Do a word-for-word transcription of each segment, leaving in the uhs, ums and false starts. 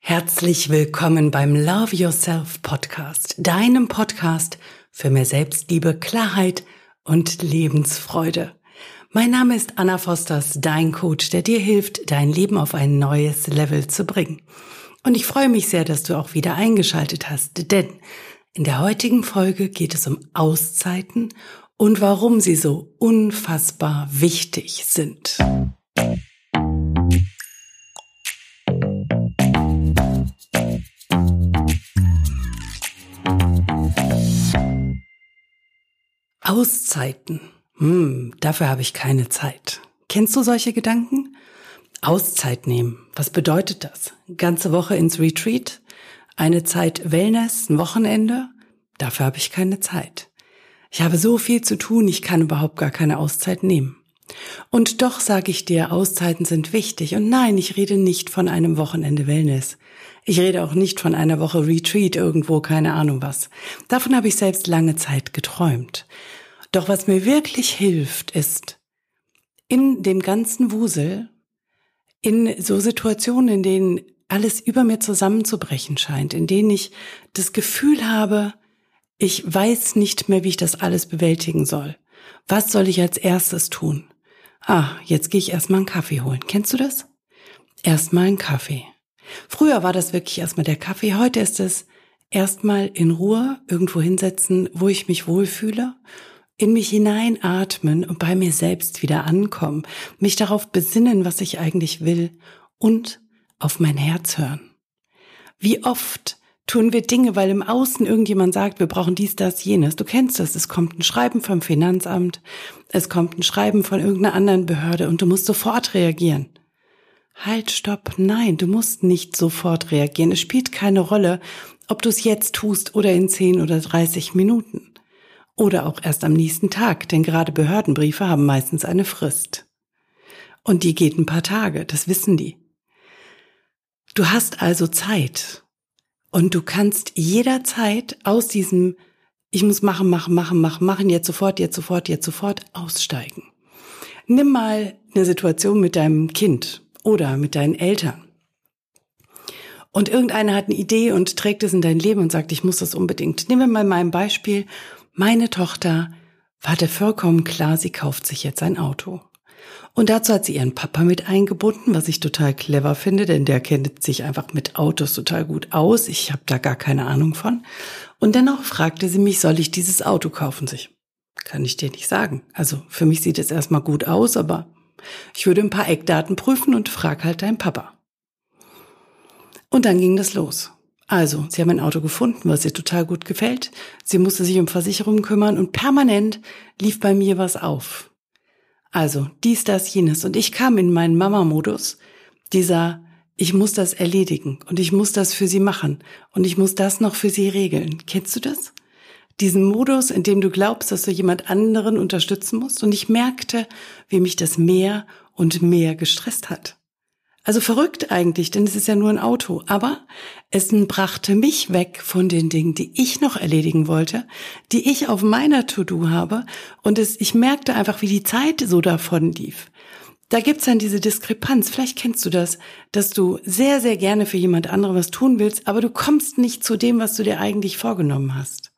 Herzlich willkommen beim Love Yourself Podcast, deinem Podcast für mehr Selbstliebe, Klarheit und Lebensfreude. Mein Name ist Anna Fosters, dein Coach, der dir hilft, dein Leben auf ein neues Level zu bringen. Und ich freue mich sehr, dass du auch wieder eingeschaltet hast, denn in der heutigen Folge geht es um Auszeiten und warum sie so unfassbar wichtig sind. Auszeiten. Hm, dafür habe ich keine Zeit. Kennst du solche Gedanken? Auszeit nehmen. Was bedeutet das? Ganze Woche ins Retreat? Eine Zeit Wellness? Ein Wochenende? Dafür habe ich keine Zeit. Ich habe so viel zu tun, ich kann überhaupt gar keine Auszeit nehmen. Und doch sage ich dir, Auszeiten sind wichtig. Und nein, ich rede nicht von einem Wochenende Wellness. Ich rede auch nicht von einer Woche Retreat irgendwo, keine Ahnung was. Davon habe ich selbst lange Zeit geträumt. Doch was mir wirklich hilft, ist, in dem ganzen Wusel, in so Situationen, in denen alles über mir zusammenzubrechen scheint, in denen ich das Gefühl habe, ich weiß nicht mehr, wie ich das alles bewältigen soll. Was soll ich als erstes tun? Ah, jetzt gehe ich erstmal einen Kaffee holen. Kennst du das? Erstmal einen Kaffee. Früher war das wirklich erstmal der Kaffee. Heute ist es erstmal in Ruhe irgendwo hinsetzen, wo ich mich wohlfühle, in mich hineinatmen und bei mir selbst wieder ankommen, mich darauf besinnen, was ich eigentlich will und auf mein Herz hören. Wie oft tun wir Dinge, weil im Außen irgendjemand sagt, wir brauchen dies, das, jenes. Du kennst das, es kommt ein Schreiben vom Finanzamt, es kommt ein Schreiben von irgendeiner anderen Behörde und du musst sofort reagieren. Halt, stopp, nein, du musst nicht sofort reagieren. Es spielt keine Rolle, ob du es jetzt tust oder in zehn oder dreißig Minuten. Oder auch erst am nächsten Tag, denn gerade Behördenbriefe haben meistens eine Frist. Und die geht ein paar Tage, das wissen die. Du hast also Zeit. Und du kannst jederzeit aus diesem ich muss machen, machen, machen, machen, machen, jetzt sofort, jetzt sofort, jetzt sofort aussteigen. Nimm mal eine Situation mit deinem Kind oder mit deinen Eltern. Und irgendeiner hat eine Idee und trägt es in dein Leben und sagt, ich muss das unbedingt. Nehmen wir mal mein Beispiel. Meine Tochter hatte vollkommen klar, sie kauft sich jetzt ein Auto. Und dazu hat sie ihren Papa mit eingebunden, was ich total clever finde, denn der kennt sich einfach mit Autos total gut aus. Ich habe da gar keine Ahnung von. Und dennoch fragte sie mich, soll ich dieses Auto kaufen? Sich kann ich dir nicht sagen. Also für mich sieht es erstmal gut aus, aber ich würde ein paar Eckdaten prüfen und frag halt deinen Papa. Und dann ging das los. Also, sie haben ein Auto gefunden, was ihr total gut gefällt. Sie musste sich um Versicherungen kümmern und permanent lief bei mir was auf. Also, dies, das, jenes. Und ich kam in meinen Mama-Modus, dieser, ich muss das erledigen und ich muss das für sie machen und ich muss das noch für sie regeln. Kennst du das? Diesen Modus, in dem du glaubst, dass du jemand anderen unterstützen musst. Und ich merkte, wie mich das mehr und mehr gestresst hat. Also verrückt eigentlich, denn es ist ja nur ein Auto. Aber es brachte mich weg von den Dingen, die ich noch erledigen wollte, die ich auf meiner To-Do habe. Und es, ich merkte einfach, wie die Zeit so davon lief. Da gibt's dann diese Diskrepanz. Vielleicht kennst du das, dass du sehr, sehr gerne für jemand anderen was tun willst, aber du kommst nicht zu dem, was du dir eigentlich vorgenommen hast.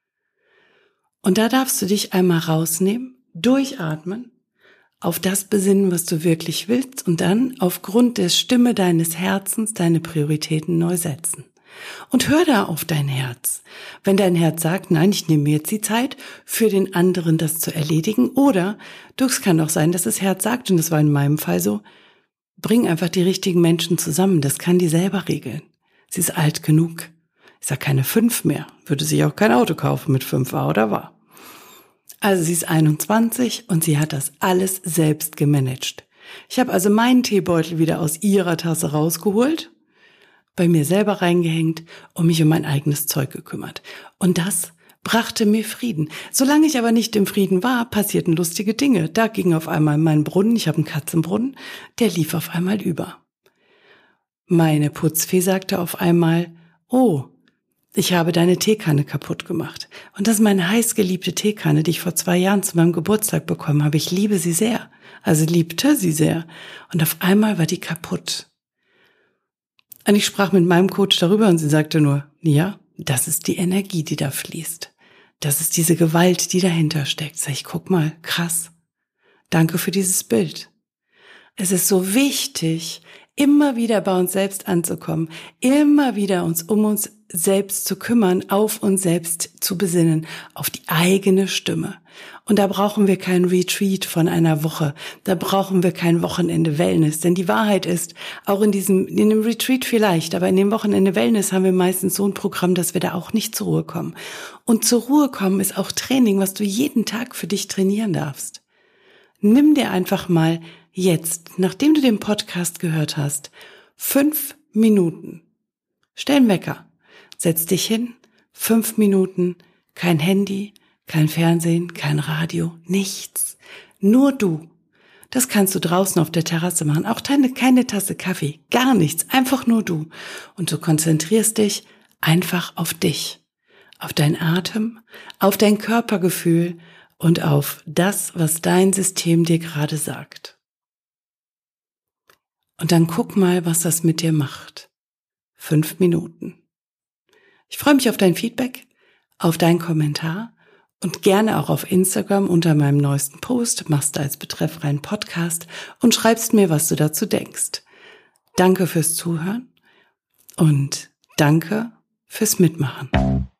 Und da darfst du dich einmal rausnehmen, durchatmen, auf das besinnen, was du wirklich willst und dann aufgrund der Stimme deines Herzens deine Prioritäten neu setzen. Und hör da auf dein Herz. Wenn dein Herz sagt, nein, ich nehme mir jetzt die Zeit, für den anderen das zu erledigen, oder du, es kann doch sein, dass das Herz sagt, und das war in meinem Fall so, bring einfach die richtigen Menschen zusammen, das kann die selber regeln. Sie ist alt genug. Ich sag keine fünf mehr, würde sich auch kein Auto kaufen mit fünf, war oder war. Also sie ist einundzwanzig und sie hat das alles selbst gemanagt. Ich habe also meinen Teebeutel wieder aus ihrer Tasse rausgeholt, bei mir selber reingehängt und mich um mein eigenes Zeug gekümmert. Und das brachte mir Frieden. Solange ich aber nicht im Frieden war, passierten lustige Dinge. Da ging auf einmal mein Brunnen, ich habe einen Katzenbrunnen, der lief auf einmal über. Meine Putzfee sagte auf einmal, oh, ich habe deine Teekanne kaputt gemacht. Und das ist meine heißgeliebte Teekanne, die ich vor zwei Jahren zu meinem Geburtstag bekommen habe. Ich liebe sie sehr. Also liebte sie sehr. Und auf einmal war die kaputt. Und ich sprach mit meinem Coach darüber und sie sagte nur, ja, das ist die Energie, die da fließt. Das ist diese Gewalt, die dahinter steckt. Sag ich, guck mal, krass. Danke für dieses Bild. Es ist so wichtig, immer wieder bei uns selbst anzukommen, immer wieder uns um uns selbst zu kümmern, auf uns selbst zu besinnen, auf die eigene Stimme. Und da brauchen wir kein Retreat von einer Woche, da brauchen wir kein Wochenende Wellness, denn die Wahrheit ist, auch in diesem, in dem Retreat vielleicht, aber in dem Wochenende Wellness haben wir meistens so ein Programm, dass wir da auch nicht zur Ruhe kommen. Und zur Ruhe kommen ist auch Training, was du jeden Tag für dich trainieren darfst. Nimm dir einfach mal jetzt, nachdem du den Podcast gehört hast, fünf Minuten. Stell einen Wecker. Setz dich hin, fünf Minuten, kein Handy, kein Fernsehen, kein Radio, nichts. Nur du. Das kannst du draußen auf der Terrasse machen. Auch keine, keine Tasse Kaffee, gar nichts, einfach nur du. Und du konzentrierst dich einfach auf dich, auf deinen Atem, auf dein Körpergefühl und auf das, was dein System dir gerade sagt. Und dann guck mal, was das mit dir macht. Fünf Minuten. Ich freue mich auf dein Feedback, auf deinen Kommentar und gerne auch auf Instagram unter meinem neuesten Post, machst du als Betreff rein Podcast und schreibst mir, was du dazu denkst. Danke fürs Zuhören und danke fürs Mitmachen.